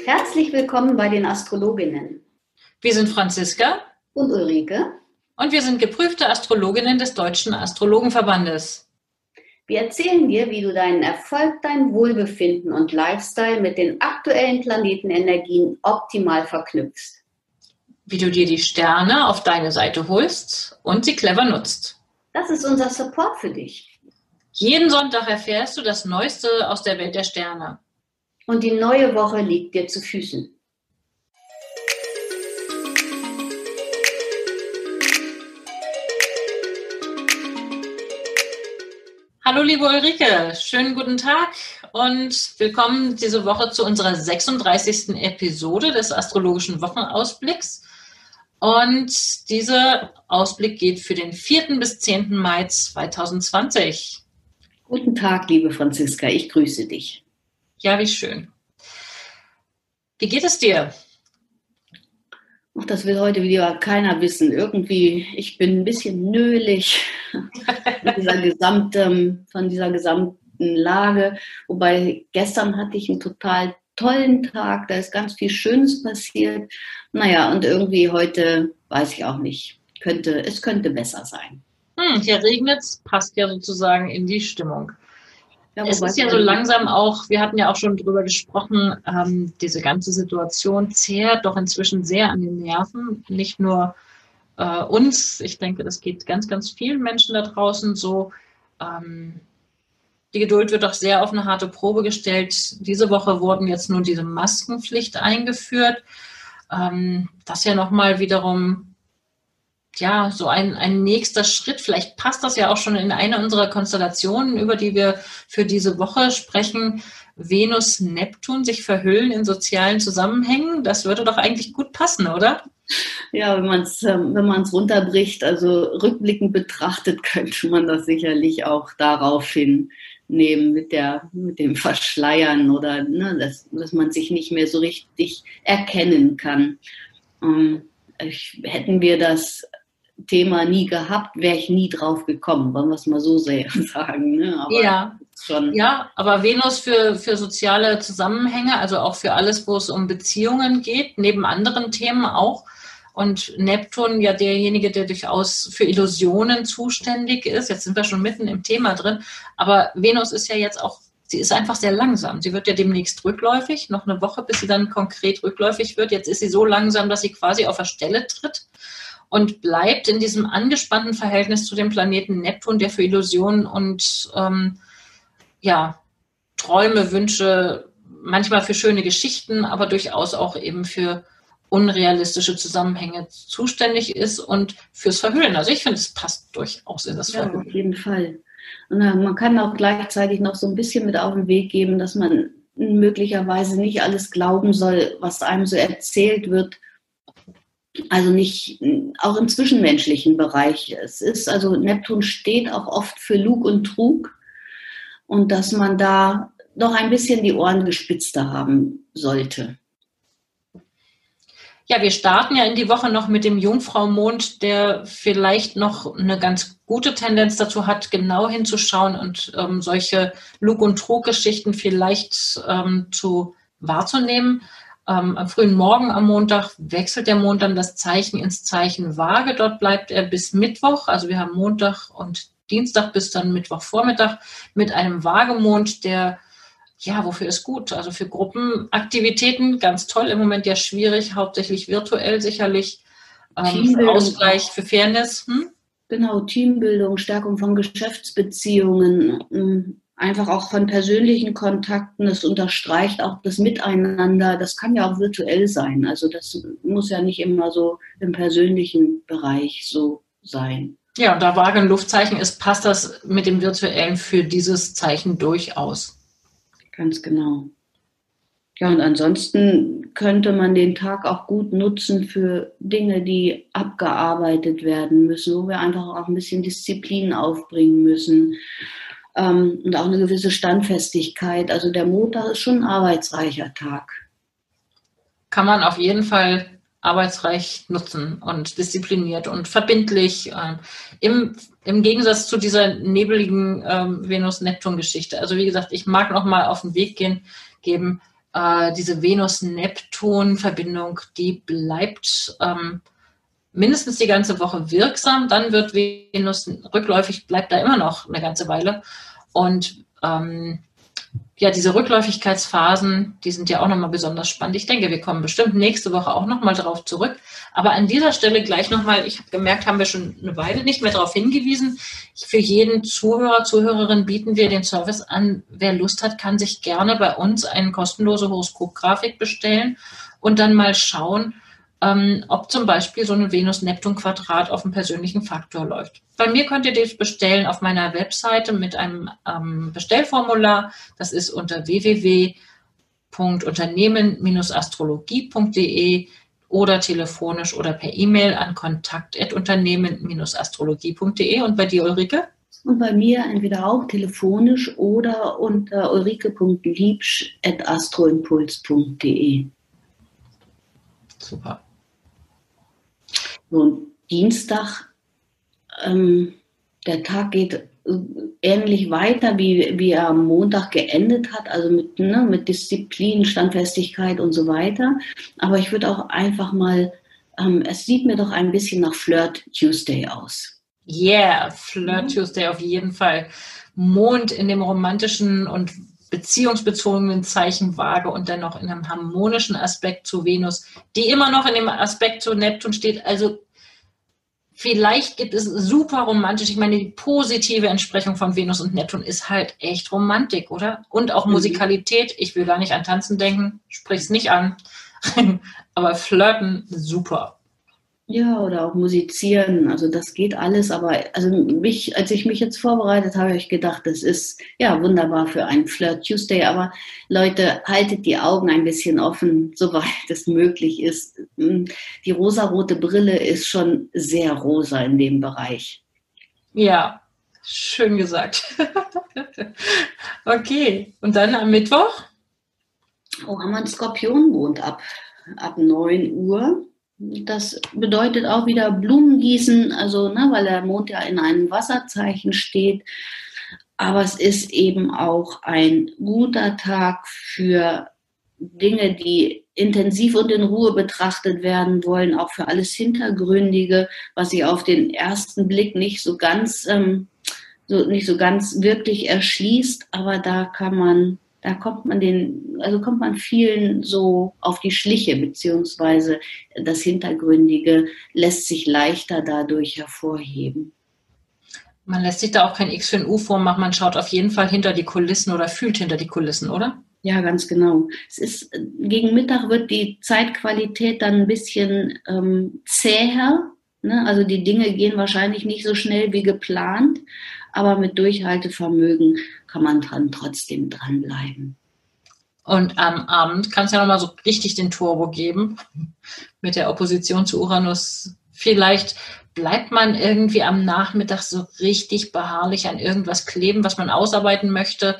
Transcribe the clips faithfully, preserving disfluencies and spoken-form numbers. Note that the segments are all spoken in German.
Herzlich willkommen bei den Astrologinnen. Wir sind Franziska und Ulrike und wir sind geprüfte Astrologinnen des Deutschen Astrologenverbandes. Wir erzählen dir, wie du deinen Erfolg, dein Wohlbefinden und Lifestyle mit den aktuellen Planetenenergien optimal verknüpfst. Wie du dir die Sterne auf deine Seite holst und sie clever nutzt. Das ist unser Support für dich. Jeden Sonntag erfährst du das Neueste aus der Welt der Sterne. Und die neue Woche liegt dir zu Füßen. Hallo liebe Ulrike, schönen guten Tag und willkommen diese Woche zu unserer sechsunddreißigsten Episode des astrologischen Wochenausblicks. Und dieser Ausblick geht für den vierten bis zehnten Mai zweitausendzwanzig. Guten Tag, liebe Franziska, ich grüße dich. Ja, wie schön. Wie geht es dir? Ach, das will heute wieder keiner wissen. Irgendwie, ich bin ein bisschen nölig von dieser gesamten, von dieser gesamten Lage. Wobei gestern hatte ich einen total tollen Tag, da ist ganz viel Schönes passiert. Naja, und irgendwie heute, weiß ich auch nicht, könnte, es könnte besser sein. Hm, hier regnet es, passt ja sozusagen in die Stimmung. Ja, es ist ja so langsam auch, wir hatten ja auch schon drüber gesprochen, ähm, diese ganze Situation zehrt doch inzwischen sehr an den Nerven. Nicht nur äh, uns, ich denke, das geht ganz, ganz vielen Menschen da draußen so. Ähm, die Geduld wird doch sehr auf eine harte Probe gestellt. Diese Woche wurden jetzt nun diese Maskenpflicht eingeführt. Ähm, das ja nochmal wiederum ja, so ein, ein nächster Schritt. Vielleicht passt das ja auch schon in eine unserer Konstellationen, über die wir für diese Woche sprechen. Venus, Neptun, sich verhüllen in sozialen Zusammenhängen. Das würde doch eigentlich gut passen, oder? Ja, wenn man es wenn man es runterbricht, also rückblickend betrachtet, könnte man das sicherlich auch darauf hinnehmen mit, der, mit dem Verschleiern oder ne, dass, dass man sich nicht mehr so richtig erkennen kann. Ähm, ich, hätten wir das Thema nie gehabt, wäre ich nie drauf gekommen, wollen wir es mal so sagen. Ne? Aber ja. Schon ja, aber Venus für, für soziale Zusammenhänge, also auch für alles, wo es um Beziehungen geht, neben anderen Themen auch. Und Neptun ja derjenige, der durchaus für Illusionen zuständig ist. Jetzt sind wir schon mitten im Thema drin. Aber Venus ist ja jetzt auch, sie ist einfach sehr langsam. Sie wird ja demnächst rückläufig, noch eine Woche, bis sie dann konkret rückläufig wird. Jetzt ist sie so langsam, dass sie quasi auf der Stelle tritt. Und bleibt in diesem angespannten Verhältnis zu dem Planeten Neptun, der für Illusionen und ähm, ja, Träume, Wünsche, manchmal für schöne Geschichten, aber durchaus auch eben für unrealistische Zusammenhänge zuständig ist und fürs Verhüllen. Also ich finde, es passt durchaus in das Verhüllen. Ja, auf jeden Fall. Und man kann auch gleichzeitig noch so ein bisschen mit auf den Weg geben, dass man möglicherweise nicht alles glauben soll, was einem so erzählt wird. Also nicht, auch im zwischenmenschlichen Bereich. Es ist, also Neptun steht auch oft für Lug und Trug und dass man da doch ein bisschen die Ohren gespitzter haben sollte. Ja, wir starten ja in die Woche noch mit dem Jungfrau-Mond, der vielleicht noch eine ganz gute Tendenz dazu hat, genau hinzuschauen und ähm, solche Lug- und Trug-Geschichten vielleicht ähm, zu wahrzunehmen. Ähm, am frühen Morgen am Montag wechselt der Mond dann das Zeichen ins Zeichen Waage. Dort bleibt er bis Mittwoch. Also wir haben Montag und Dienstag bis dann Mittwochvormittag mit einem Waagemond, der, ja, wofür ist gut? Also für Gruppenaktivitäten ganz toll. Im Moment ja schwierig, hauptsächlich virtuell sicherlich. Ähm, für Ausgleich, für Fairness. Hm? Genau, Teambildung, Stärkung von Geschäftsbeziehungen, einfach auch von persönlichen Kontakten, das unterstreicht auch das Miteinander, das kann ja auch virtuell sein, also das muss ja nicht immer so im persönlichen Bereich so sein. Ja, und da Waage ein Luftzeichen ist, passt das mit dem Virtuellen für dieses Zeichen durchaus. Ganz genau. Ja, und ansonsten könnte man den Tag auch gut nutzen für Dinge, die abgearbeitet werden müssen, wo wir einfach auch ein bisschen Disziplin aufbringen müssen. Und auch eine gewisse Standfestigkeit. Also der Montag ist schon ein arbeitsreicher Tag. Kann man auf jeden Fall arbeitsreich nutzen und diszipliniert und verbindlich. Ähm, im, im Gegensatz zu dieser nebeligen ähm, Venus-Neptun-Geschichte. Also wie gesagt, ich mag noch mal auf den Weg gehen, geben, äh, diese Venus-Neptun-Verbindung, die bleibt ähm, mindestens die ganze Woche wirksam. Dann wird Venus rückläufig, bleibt da immer noch eine ganze Weile. Und ähm, ja, diese Rückläufigkeitsphasen, die sind ja auch nochmal besonders spannend. Ich denke, wir kommen bestimmt nächste Woche auch nochmal drauf zurück. Aber an dieser Stelle gleich nochmal, ich habe gemerkt, haben wir schon eine Weile nicht mehr darauf hingewiesen. Für jeden Zuhörer, Zuhörerin bieten wir den Service an. Wer Lust hat, kann sich gerne bei uns eine kostenlose Horoskopgrafik bestellen und dann mal schauen, ähm, ob zum Beispiel so ein Venus-Neptun-Quadrat auf einen persönlichen Faktor läuft. Bei mir könnt ihr das bestellen auf meiner Webseite mit einem ähm, Bestellformular. Das ist unter w w w punkt unternehmen Bindestrich astrologie punkt d e oder telefonisch oder per E-Mail an kontakt at unternehmen Bindestrich astrologie punkt d e. Und bei dir, Ulrike? Und bei mir entweder auch telefonisch oder unter ulrike punkt liebsch at astroimpuls punkt d e. Super. So, Dienstag, ähm, der Tag geht ähnlich weiter, wie, wie er am Montag geendet hat, also mit, ne, mit Disziplin, Standfestigkeit und so weiter. Aber ich würde auch einfach mal, ähm, es sieht mir doch ein bisschen nach Flirt Tuesday aus. Yeah, Flirt Tuesday auf jeden Fall. Mond in dem romantischen und beziehungsbezogenen Zeichen Waage und dann noch in einem harmonischen Aspekt zu Venus, die immer noch in dem Aspekt zu Neptun steht. Also vielleicht gibt es super romantisch. Ich meine, die positive Entsprechung von Venus und Neptun ist halt echt Romantik, oder? Und auch Musikalität. Ich will gar nicht an Tanzen denken, sprich's nicht an. Aber Flirten, super. Ja, oder auch musizieren, also das geht alles, aber also mich, als ich mich jetzt vorbereitet habe, habe ich gedacht, das ist ja wunderbar für einen Flirt Tuesday, aber Leute, haltet die Augen ein bisschen offen, soweit es möglich ist. Die rosarote Brille ist schon sehr rosa in dem Bereich. Ja, schön gesagt. Okay, und dann am Mittwoch? Oh, haben wir einen Skorpionmond ab, ab neun Uhr. Das bedeutet auch wieder Blumengießen, also ne, weil der Mond ja in einem Wasserzeichen steht. Aber es ist eben auch ein guter Tag für Dinge, die intensiv und in Ruhe betrachtet werden wollen, auch für alles Hintergründige, was sich auf den ersten Blick nicht so ganz, ähm, so nicht so ganz wirklich erschließt. Aber da kann man Da kommt man den, also kommt man vielen so auf die Schliche, beziehungsweise das Hintergründige lässt sich leichter dadurch hervorheben. Man lässt sich da auch kein X für ein U vormachen, man schaut auf jeden Fall hinter die Kulissen oder fühlt hinter die Kulissen, oder? Ja, ganz genau. Es ist, gegen Mittag wird die Zeitqualität dann ein bisschen ähm, zäher, ne? Also die Dinge gehen wahrscheinlich nicht so schnell wie geplant, aber mit Durchhaltevermögen kann man dran, trotzdem dranbleiben. Und am Abend kann es ja nochmal so richtig den Turbo geben mit der Opposition zu Uranus. Vielleicht bleibt man irgendwie am Nachmittag so richtig beharrlich an irgendwas kleben, was man ausarbeiten möchte.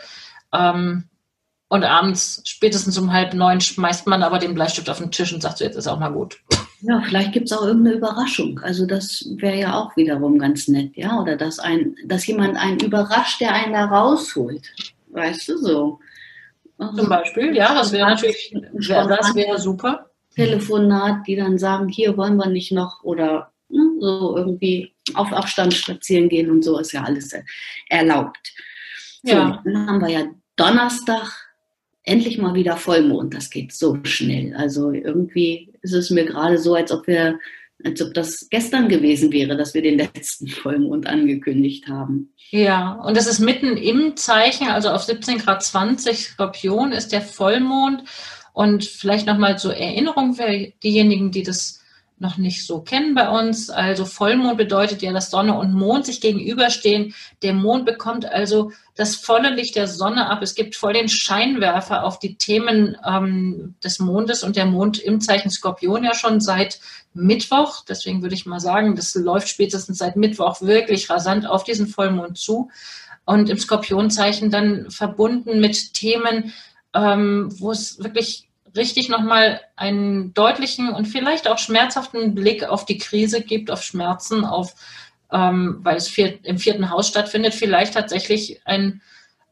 Und abends, spätestens um halb neun, schmeißt man aber den Bleistift auf den Tisch und sagt so, jetzt ist auch mal gut. Ja, vielleicht gibt es auch irgendeine Überraschung. Also das wäre ja auch wiederum ganz nett, ja. Oder dass ein, dass jemand einen überrascht, der einen da rausholt. Weißt du so. Also zum Beispiel, ja, das wäre natürlich, das wäre super. Telefonat, die dann sagen, hier wollen wir nicht noch oder ne, so irgendwie auf Abstand spazieren gehen und so ist ja alles erlaubt. So, ja. Dann haben wir ja Donnerstag. Endlich mal wieder Vollmond, das geht so schnell. Also irgendwie ist es mir gerade so, als ob wir, als ob das gestern gewesen wäre, dass wir den letzten Vollmond angekündigt haben. Ja, und das ist mitten im Zeichen, also auf siebzehn Grad zwanzig Skorpion ist der Vollmond. Und vielleicht nochmal zur Erinnerung für diejenigen, die das noch nicht so kennen bei uns. Also Vollmond bedeutet ja, dass Sonne und Mond sich gegenüberstehen. Der Mond bekommt also das volle Licht der Sonne ab. Es gibt voll den Scheinwerfer auf die Themen ähm, des Mondes und der Mond im Zeichen Skorpion ja schon seit Mittwoch. Deswegen würde ich mal sagen, das läuft spätestens seit Mittwoch wirklich rasant auf diesen Vollmond zu. Und im Skorpionzeichen dann verbunden mit Themen, ähm, wo es wirklich richtig nochmal einen deutlichen und vielleicht auch schmerzhaften Blick auf die Krise gibt, auf Schmerzen, auf, ähm, weil es vier, im vierten Haus stattfindet, vielleicht tatsächlich ein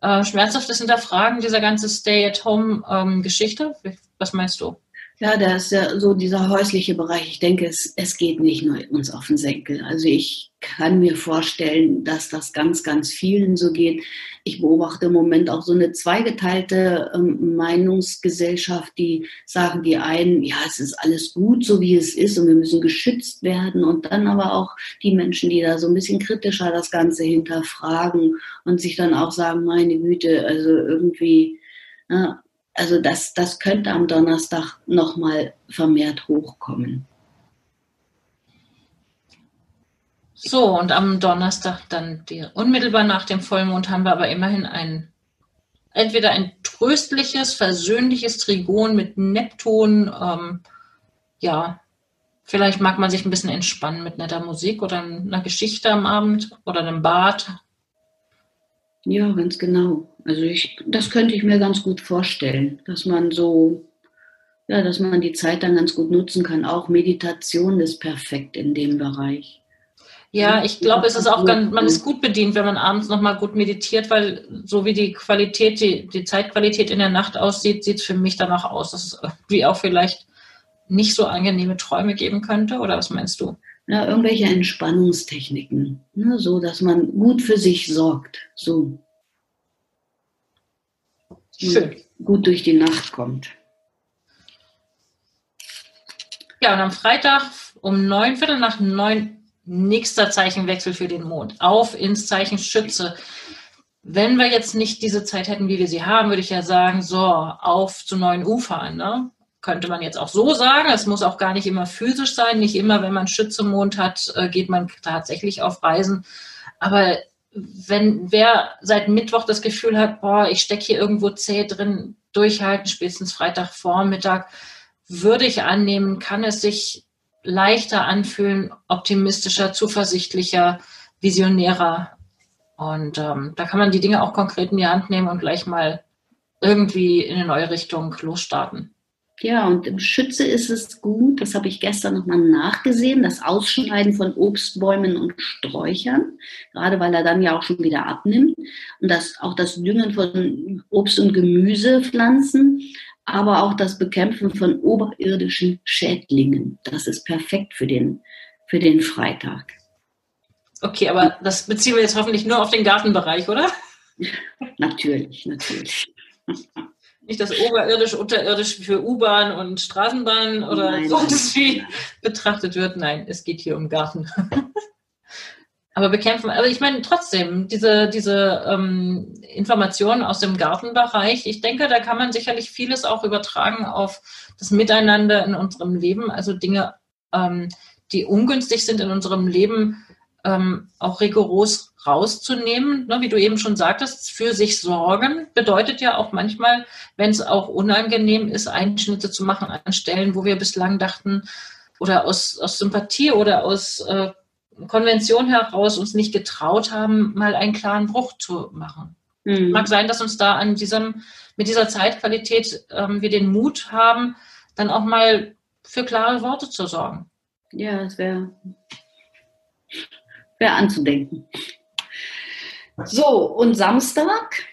äh, schmerzhaftes Hinterfragen dieser ganzen Stay-at-home-Geschichte? Ähm, Was meinst du? Ja, da ist ja so dieser häusliche Bereich. Ich denke, es, es geht nicht nur uns auf den Senkel. Also ich kann mir vorstellen, dass das ganz, ganz vielen so geht. Ich beobachte im Moment auch so eine zweigeteilte ähm, Meinungsgesellschaft, die sagen, die einen, ja, es ist alles gut, so wie es ist und wir müssen geschützt werden. Und dann aber auch die Menschen, die da so ein bisschen kritischer das Ganze hinterfragen und sich dann auch sagen, meine Güte, also irgendwie... Ja, also das, das könnte am Donnerstag nochmal vermehrt hochkommen. So, und am Donnerstag dann die, unmittelbar nach dem Vollmond haben wir aber immerhin ein, entweder ein tröstliches, versöhnliches Trigon mit Neptun. Ähm, ja, vielleicht mag man sich ein bisschen entspannen mit netter Musik oder einer Geschichte am Abend oder einem Bad. Ja, ganz genau. Also ich, das könnte ich mir ganz gut vorstellen, dass man so, ja, dass man die Zeit dann ganz gut nutzen kann. Auch Meditation ist perfekt in dem Bereich. Ja, ich glaube, es ist auch ganz, man ist gut bedient, wenn man abends nochmal gut meditiert, weil so wie die Qualität, die, die Zeitqualität in der Nacht aussieht, sieht es für mich danach aus, dass es irgendwie auch vielleicht nicht so angenehme Träume geben könnte. Oder was meinst du? Ja, irgendwelche Entspannungstechniken, ne, so dass man gut für sich sorgt, so. Schön. Gut durch die Nacht kommt. Ja, und am Freitag um neun, Viertel nach neun, nächster Zeichenwechsel für den Mond. Auf ins Zeichen Schütze. Wenn wir jetzt nicht diese Zeit hätten, wie wir sie haben, würde ich ja sagen, so, auf zu neuen Ufern, ne? Könnte man jetzt auch so sagen. Es muss auch gar nicht immer physisch sein. Nicht immer, wenn man Schütze-Mond hat, geht man tatsächlich auf Reisen. Aber wenn wer seit Mittwoch das Gefühl hat, boah, ich stecke hier irgendwo zäh drin, durchhalten, spätestens Freitagvormittag, würde ich annehmen, kann es sich leichter anfühlen, optimistischer, zuversichtlicher, visionärer. Und ähm, da kann man die Dinge auch konkret in die Hand nehmen und gleich mal irgendwie in eine neue Richtung losstarten. Ja, und im Schütze ist es gut, das habe ich gestern nochmal nachgesehen, das Ausschneiden von Obstbäumen und Sträuchern, gerade weil er dann ja auch schon wieder abnimmt. Und das, auch das Düngen von Obst- und Gemüsepflanzen, aber auch das Bekämpfen von oberirdischen Schädlingen. Das ist perfekt für den, für den Freitag. Okay, aber das beziehen wir jetzt hoffentlich nur auf den Gartenbereich, oder? Natürlich, natürlich. Nicht das oberirdisch, unterirdisch für U-Bahn und Straßenbahn oder nein, sonst wie nein. betrachtet wird. Nein, es geht hier um Garten. Aber bekämpfen, also ich meine trotzdem, diese, diese ähm, Informationen aus dem Gartenbereich, ich denke, da kann man sicherlich vieles auch übertragen auf das Miteinander in unserem Leben, also Dinge, ähm, die ungünstig sind in unserem Leben, ähm, auch rigoros rauszunehmen, ne, wie du eben schon sagtest, für sich sorgen, bedeutet ja auch manchmal, wenn es auch unangenehm ist, Einschnitte zu machen an Stellen, wo wir bislang dachten, oder aus, aus Sympathie oder aus äh, Konvention heraus uns nicht getraut haben, mal einen klaren Bruch zu machen. Mhm. Mag sein, dass uns da an diesem, mit dieser Zeitqualität ähm, wir den Mut haben, dann auch mal für klare Worte zu sorgen. Ja, das wäre wär anzudenken. So, und Samstag?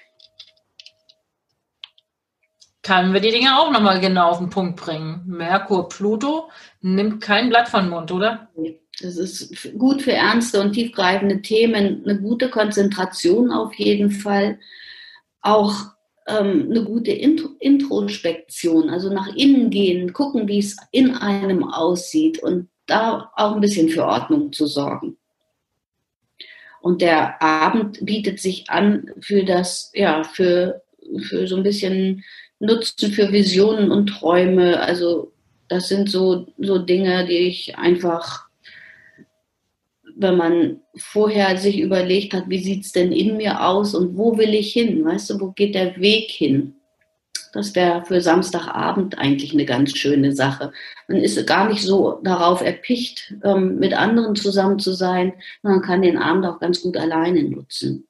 Können wir die Dinge auch nochmal genau auf den Punkt bringen. Merkur, Pluto nimmt kein Blatt von den Mund, oder? Das ist gut für ernste und tiefgreifende Themen, eine gute Konzentration auf jeden Fall. Auch ähm, eine gute Intro- Introspektion, also nach innen gehen, gucken, wie es in einem aussieht und da auch ein bisschen für Ordnung zu sorgen. Und der Abend bietet sich an für das, ja, für, für so ein bisschen Nutzen für Visionen und Träume. Also das sind so, so Dinge, die ich einfach, wenn man vorher sich überlegt hat, wie sieht es denn in mir aus und wo will ich hin? Weißt du, wo geht der Weg hin? Das wäre für Samstagabend eigentlich eine ganz schöne Sache. Man ist gar nicht so darauf erpicht, mit anderen zusammen zu sein, sondern kann den Abend auch ganz gut alleine nutzen.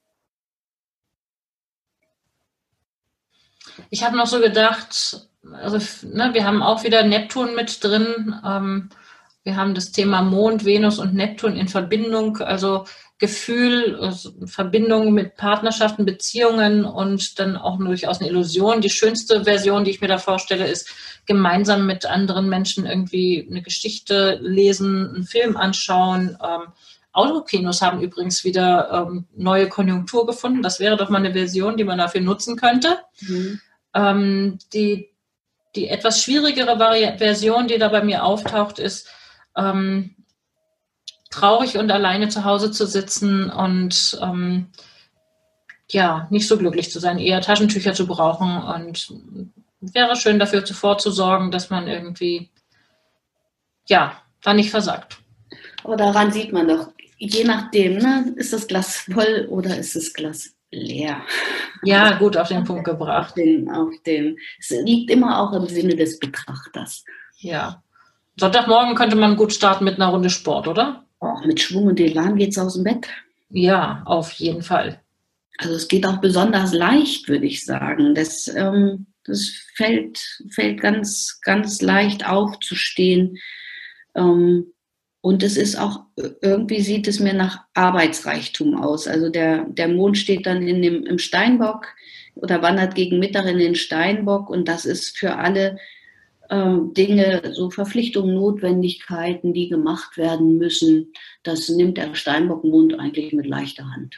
Ich habe noch so gedacht, also ne, wir haben auch wieder Neptun mit drin. Ähm, wir haben das Thema Mond, Venus und Neptun in Verbindung. Also Gefühl, also Verbindung mit Partnerschaften, Beziehungen und dann auch durchaus eine Illusion. Die schönste Version, die ich mir da vorstelle, ist gemeinsam mit anderen Menschen irgendwie eine Geschichte lesen, einen Film anschauen. Ähm, Autokinos haben übrigens wieder ähm, neue Konjunktur gefunden. Das wäre doch mal eine Version, die man dafür nutzen könnte. Mhm. Ähm, die, die etwas schwierigere Vari- Version, die da bei mir auftaucht, ist ähm, traurig und alleine zu Hause zu sitzen und ähm, ja, nicht so glücklich zu sein, eher Taschentücher zu brauchen, und wäre schön dafür vorzusorgen, dass man irgendwie ja, da nicht versagt. Aber daran sieht man doch, je nachdem, ne, ist das Glas voll oder ist das Glas leer? Ja, gut auf den Punkt gebracht. Auf den, auf den, es liegt immer auch im Sinne des Betrachters. Ja. Sonntagmorgen könnte man gut starten mit einer Runde Sport, oder? Oh, mit Schwung und Elan geht's aus dem Bett. Ja, auf jeden Fall. Also es geht auch besonders leicht, würde ich sagen. Das, ähm, das fällt, fällt ganz, ganz leicht aufzustehen. Ähm, und es ist auch, irgendwie sieht es mir nach Arbeitsreichtum aus. Also der, der Mond steht dann in dem, im Steinbock oder wandert gegen Mittag in den Steinbock, und das ist für alle Dinge, so Verpflichtungen, Notwendigkeiten, die gemacht werden müssen, das nimmt der Steinbock-Mond eigentlich mit leichter Hand.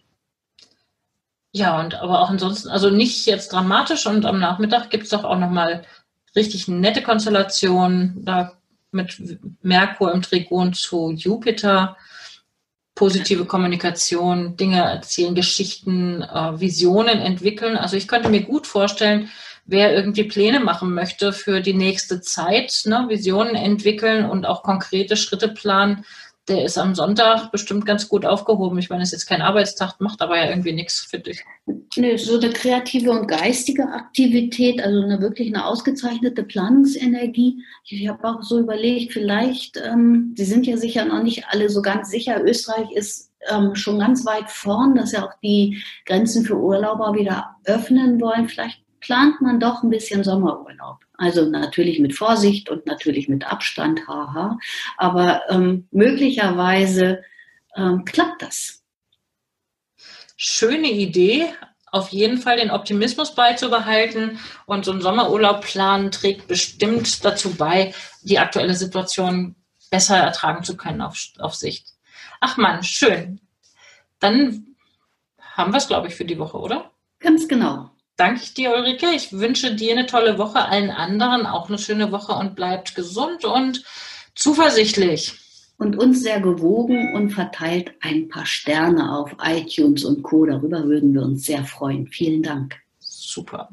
Ja, und aber auch ansonsten, also nicht jetzt dramatisch, und am Nachmittag gibt es doch auch nochmal richtig nette Konstellationen, da mit Merkur im Trigon zu Jupiter, positive Kommunikation, Dinge erzählen, Geschichten, äh, Visionen entwickeln. Also ich könnte mir gut vorstellen, wer irgendwie Pläne machen möchte für die nächste Zeit, ne, Visionen entwickeln und auch konkrete Schritte planen, der ist am Sonntag bestimmt ganz gut aufgehoben. Ich meine, es ist jetzt kein Arbeitstag, macht aber ja irgendwie nichts, finde ich. Nee, so eine kreative und geistige Aktivität, also eine wirklich eine ausgezeichnete Planungsenergie. Ich habe auch so überlegt, vielleicht, ähm, Sie sind ja sicher noch nicht alle so ganz sicher, Österreich ist ähm, schon ganz weit vorn, dass ja auch die Grenzen für Urlauber wieder öffnen wollen. Vielleicht plant man doch ein bisschen Sommerurlaub. Also natürlich mit Vorsicht und natürlich mit Abstand, haha. Aber ähm, möglicherweise ähm, klappt das. Schöne Idee. Auf jeden Fall den Optimismus beizubehalten, und so ein Sommerurlaubplan trägt bestimmt dazu bei, die aktuelle Situation besser ertragen zu können auf, auf Sicht. Ach Mann, schön. Dann haben wir es, glaube ich, für die Woche, oder? Ganz genau. Danke ich dir, Ulrike. Ich wünsche dir eine tolle Woche, allen anderen auch eine schöne Woche, und bleibt gesund und zuversichtlich. Und uns sehr gewogen, und verteilt ein paar Sterne auf iTunes und Co. Darüber würden wir uns sehr freuen. Vielen Dank. Super.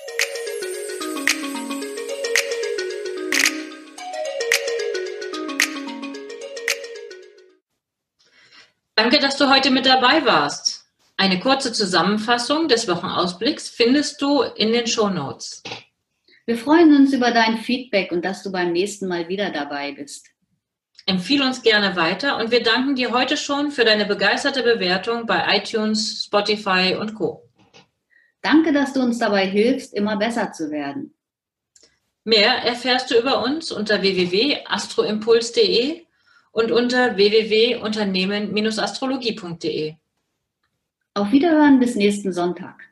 Danke, dass du heute mit dabei warst. Eine kurze Zusammenfassung des Wochenausblicks findest du in den Shownotes. Wir freuen uns über dein Feedback und dass du beim nächsten Mal wieder dabei bist. Empfehle uns gerne weiter, und wir danken dir heute schon für deine begeisterte Bewertung bei iTunes, Spotify und Co. Danke, dass du uns dabei hilfst, immer besser zu werden. Mehr erfährst du über uns unter w w w punkt astroimpuls punkt d e und unter w w w punkt unternehmen Bindestrich astrologie punkt d e. Auf Wiederhören bis nächsten Sonntag.